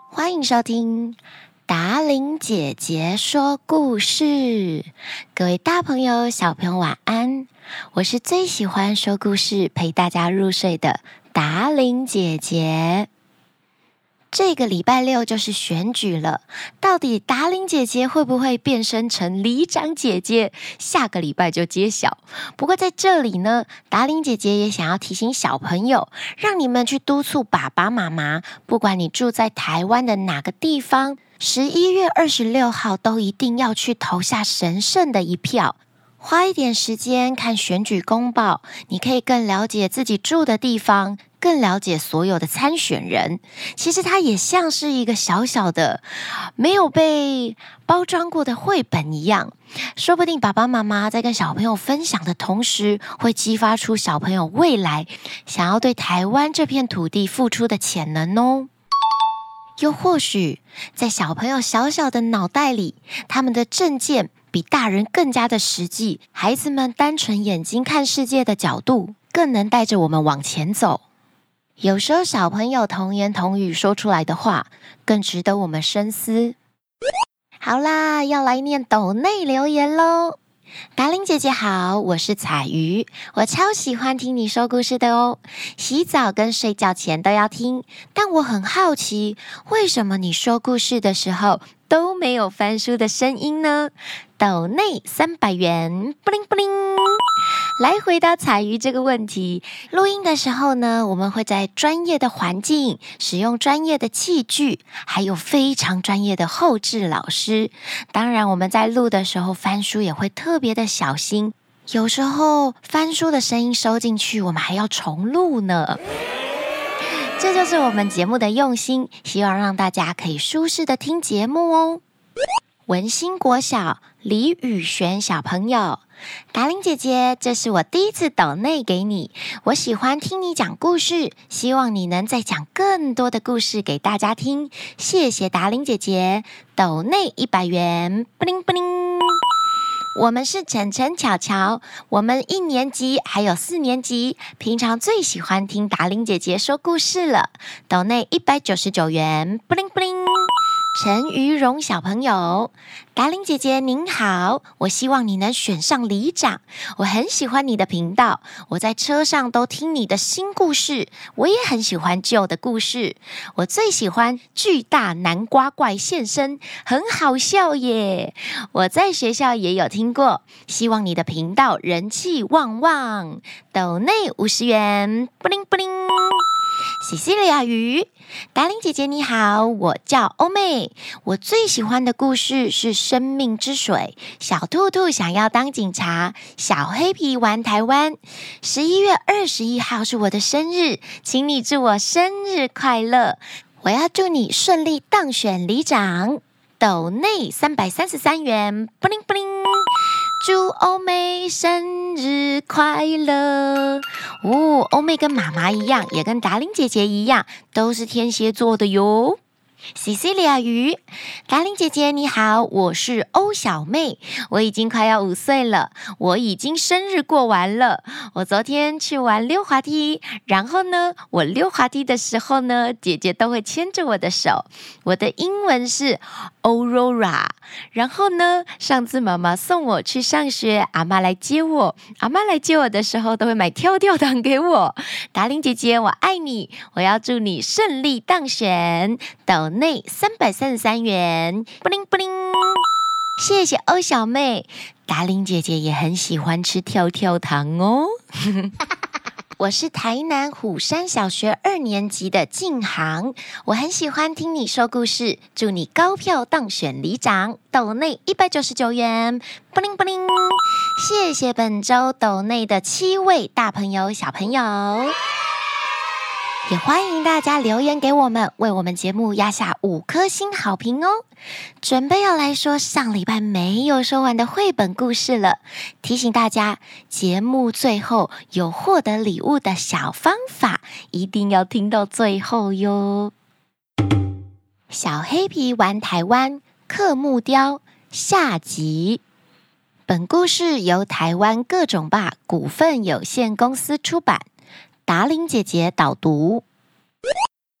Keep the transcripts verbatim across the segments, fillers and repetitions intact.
欢迎收听达伶姐姐说故事。各位大朋友小朋友晚安，我是最喜欢说故事陪大家入睡的达伶姐姐。这个礼拜六就是选举了，到底达伶姐姐会不会变身成里长姐姐？下个礼拜就揭晓。不过在这里呢，达伶姐姐也想要提醒小朋友，让你们去督促爸爸妈妈，不管你住在台湾的哪个地方，十一月二十六号都一定要去投下神圣的一票。花一点时间看选举公报，你可以更了解自己住的地方，更了解所有的参选人。其实它也像是一个小小的没有被包装过的绘本一样，说不定爸爸妈妈在跟小朋友分享的同时，会激发出小朋友未来想要对台湾这片土地付出的潜能哦。又或许在小朋友小小的脑袋里，他们的政见比大人更加的实际，孩子们单纯眼睛看世界的角度，更能带着我们往前走。有时候小朋友童言童语说出来的话，更值得我们深思。好啦，要来念斗内留言咯。达伶姐姐好，我是彩鱼，我超喜欢听你说故事的哦，洗澡跟睡觉前都要听。但我很好奇，为什么你说故事的时候都没有翻书的声音呢？斗内三百元，布灵布灵。来回答彩鱼这个问题，录音的时候呢，我们会在专业的环境，使用专业的器具，还有非常专业的后制老师。当然我们在录的时候翻书也会特别的小心，有时候翻书的声音收进去，我们还要重录呢。这就是我们节目的用心，希望让大家可以舒适的听节目哦。文心国小李宇璇小朋友，达伶姐姐，这是我第一次斗内给你，我喜欢听你讲故事，希望你能再讲更多的故事给大家听，谢谢达伶姐姐，斗内一百元，布灵布灵。我们是晨晨巧巧，我们一年级还有四年级，平常最喜欢听达伶姐姐说故事了，斗内一百九十九元，布灵布灵。陈于荣小朋友，达伶姐姐您好，我希望你能选上里长，我很喜欢你的频道，我在车上都听你的新故事，我也很喜欢旧的故事，我最喜欢巨大南瓜怪现身，很好笑耶，我在学校也有听过，希望你的频道人气旺旺，斗内五十元，布灵布灵。西西里亚鱼，达伶姐姐你好，我叫欧妹，我最喜欢的故事是生命之水，小兔兔想要当警察，小黑皮玩台湾，十一月二十一号是我的生日，请你祝我生日快乐，我要祝你顺利当选里长，斗内三百三十三元，布灵布灵。祝欧妹生日快乐！哦，欧妹跟妈妈一样，也跟达伶姐姐一样，都是天蝎座的哟。西西里亚鱼，达伶姐姐你好，我是欧小妹，我已经快要五岁了，我已经生日过完了。我昨天去玩溜滑梯，然后呢，我溜滑梯的时候呢，姐姐都会牵着我的手。我的英文是 Aurora， 然后呢，上次妈妈送我去上学，阿妈来接我，阿妈来接我的时候都会买跳跳糖给我。达伶姐姐，我爱你，我要祝你顺利当选。斗内三百三十三元，布灵布灵，谢谢欧小妹。达伶姐姐也很喜欢吃跳跳糖哦。我是台南虎山小学二年级的静航，我很喜欢听你说故事，祝你高票当选里长，斗内一百九十九元，布灵布灵。谢谢本周斗内的七位大朋友小朋友。也欢迎大家留言给我们，为我们节目压下五颗星好评哦。准备要来说上礼拜没有说完的绘本故事了，提醒大家，节目最后有获得礼物的小方法，一定要听到最后哟。小黑皮玩台湾，刻木雕下集。本故事由台湾各种爸股份有限公司出版，达伶姐姐导读。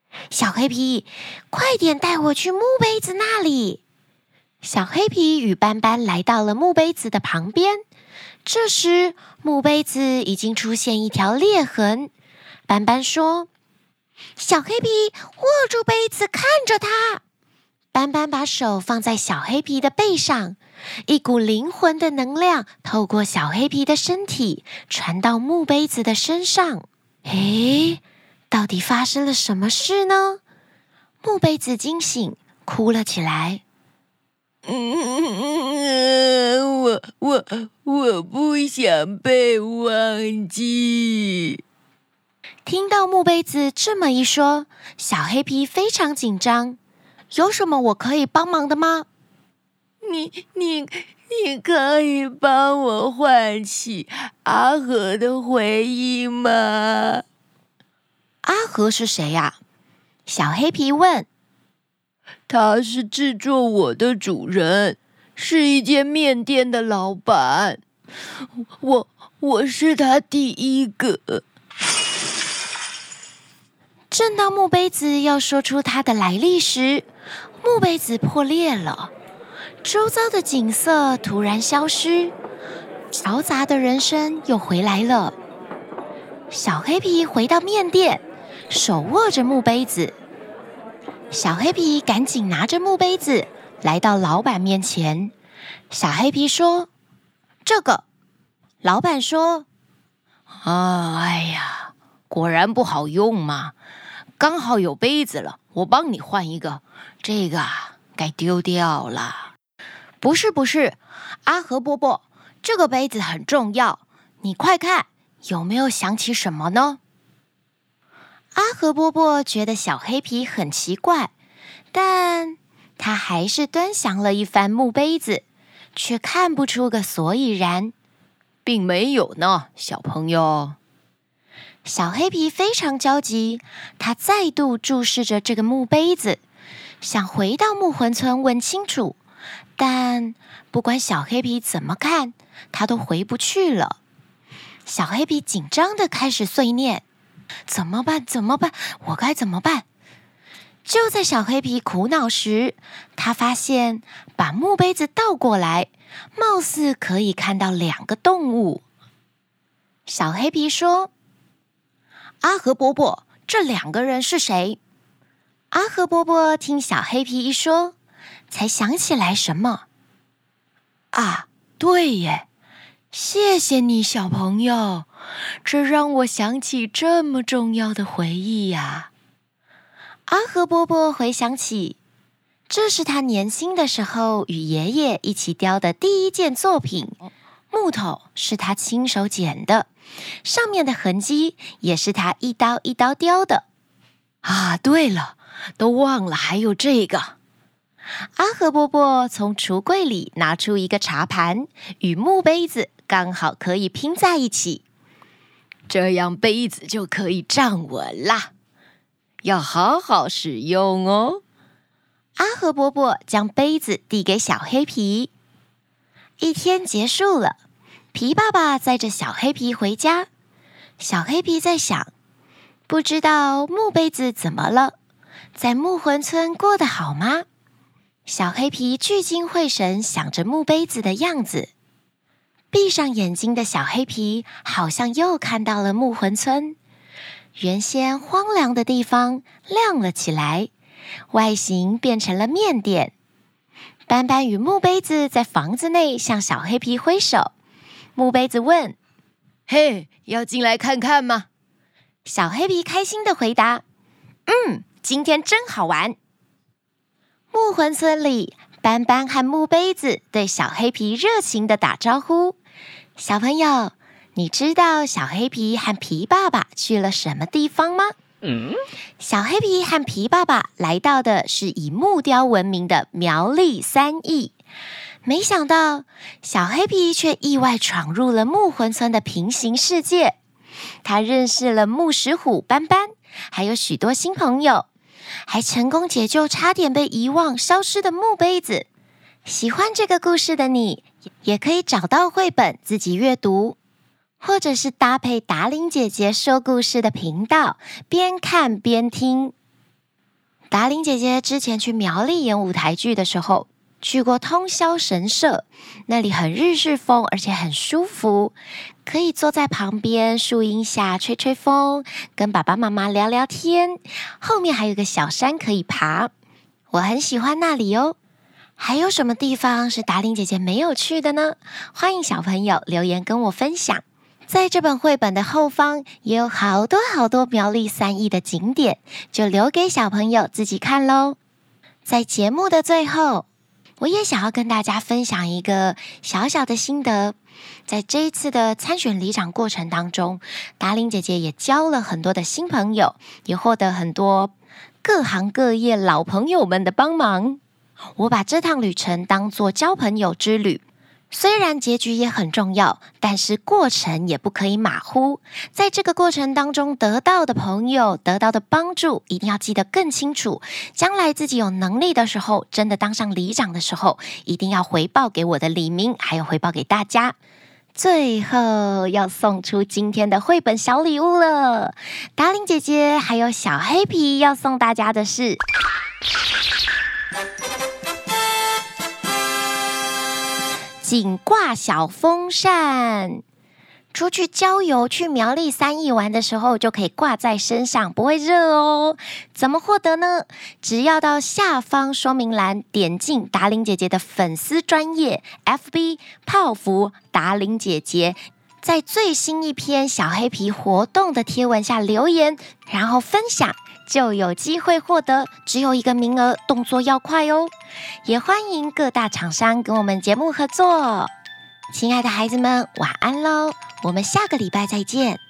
小黑皮，快点带我去墓碑子那里！小黑皮与斑斑来到了墓碑子的旁边。这时，墓碑子已经出现一条裂痕。斑斑说：“小黑皮，握住杯子，看着它。”斑斑把手放在小黑皮的背上，一股灵魂的能量透过小黑皮的身体，传到墓碑子的身上。诶，到底发生了什么事呢？墓碑子惊醒，哭了起来。 嗯，我我我不想被忘记。 听到墓碑子这么一说，小黑皮非常紧张。有什么我可以帮忙的吗？ 你你你可以帮我唤起阿和的回忆吗？ 阿和是谁呀？小黑皮问。 他是制作我的主人，是一间面店的老板。我我是他第一个。 正当墓碑子要说出他的来历时，墓碑子破裂了，周遭的景色突然消失，嘈杂的人声又回来了。小黑皮回到面店，手握着墓碑子。小黑皮赶紧拿着墓碑子来到老板面前。小黑皮说：“这个。”老板说：“ 啊，哎呀，果然不好用嘛！刚好有杯子了，我帮你换一个。这个啊，该丢掉了。”“ 不是不是，阿和伯伯，这个杯子很重要，你快看，有没有想起什么呢？”阿和伯伯觉得小黑皮很奇怪，但他还是端详了一番墓碑子，却看不出个所以然。 并没有呢，小朋友。 小黑皮非常焦急，他再度注视着这个墓碑子，想回到木魂村问清楚，但不管小黑皮怎么看，他都回不去了。小黑皮紧张地开始碎念：“怎么办？怎么办？我该怎么办？”就在小黑皮苦恼时，他发现把墓碑子倒过来，貌似可以看到两个动物。小黑皮说：“阿和伯伯，这两个人是谁？”阿和伯伯听小黑皮一说，才想起来什么。啊，对耶！谢谢你，小朋友，这让我想起这么重要的回忆呀。阿和伯伯回想起，这是他年轻的时候与爷爷一起雕的第一件作品，木头是他亲手剪的，上面的痕迹也是他一刀一刀雕的。啊，对了，都忘了还有这个。阿和伯伯从橱柜里拿出一个茶盘，与木杯子刚好可以拼在一起，这样杯子就可以站稳啦。要好好使用哦。阿和伯伯将杯子递给小黑皮。一天结束了，皮爸爸载着小黑皮回家。小黑皮在想，不知道木杯子怎么了，在木魂村过得好吗？小黑皮聚精会神想着木杯子的样子。闭上眼睛的小黑皮好像又看到了木魂村。原先荒凉的地方亮了起来，外形变成了面店。斑斑与木杯子在房子内向小黑皮挥手。木杯子问：“ 嘿，要进来看看吗？” 小黑皮开心地回答：“嗯，今天真好玩。”木魂村里，斑斑和木杯子对小黑皮热情地打招呼：“小朋友，你知道小黑皮和皮爸爸去了什么地方吗？”嗯，小黑皮和皮爸爸来到的是以木雕闻名的苗栗三义。没想到，小黑皮却意外闯入了木魂村的平行世界。他认识了木石虎斑斑，还有许多新朋友，还成功解救差点被遗忘消失的木杯子。喜欢这个故事的你，也可以找到绘本自己阅读，或者是搭配达伶姐姐说故事的频道，边看边听。 达伶姐姐之前去苗栗演舞台剧的时候，去过通霄神社，那里很日式风，而且很舒服，可以坐在旁边树荫下吹吹风，跟爸爸妈妈聊聊天。后面还有个小山可以爬，我很喜欢那里哦。还有什么地方是达伶姐姐没有去的呢？欢迎小朋友留言跟我分享。在这本绘本的后方也有好多好多苗栗三义的景点，就留给小朋友自己看咯。在节目的最后，我也想要跟大家分享一个小小的心得。在这一次的参选里长过程当中，达伶姐姐也交了很多的新朋友，也获得很多各行各业老朋友们的帮忙。我把这趟旅程当作交朋友之旅，虽然结局也很重要，但是过程也不可以马虎。在这个过程当中得到的朋友，得到的帮助，一定要记得更清楚。将来自己有能力的时候，真的当上里长的时候，一定要回报给我的里民，还有回报给大家。最后要送出今天的绘本小礼物了，达伶姐姐还有小黑皮要送大家的是颈挂小风扇。出去郊游去苗栗三义玩的时候，就可以挂在身上，不会热哦。怎么获得呢？只要到下方说明栏点进达伶姐姐的粉丝专页 F B 泡芙达伶姐姐，在最新一篇小黑皮活动的贴文下留言，然后分享，就有机会获得，只有一个名额，动作要快哦。也欢迎各大厂商跟我们节目合作。亲爱的孩子们，晚安喽！我们下个礼拜再见。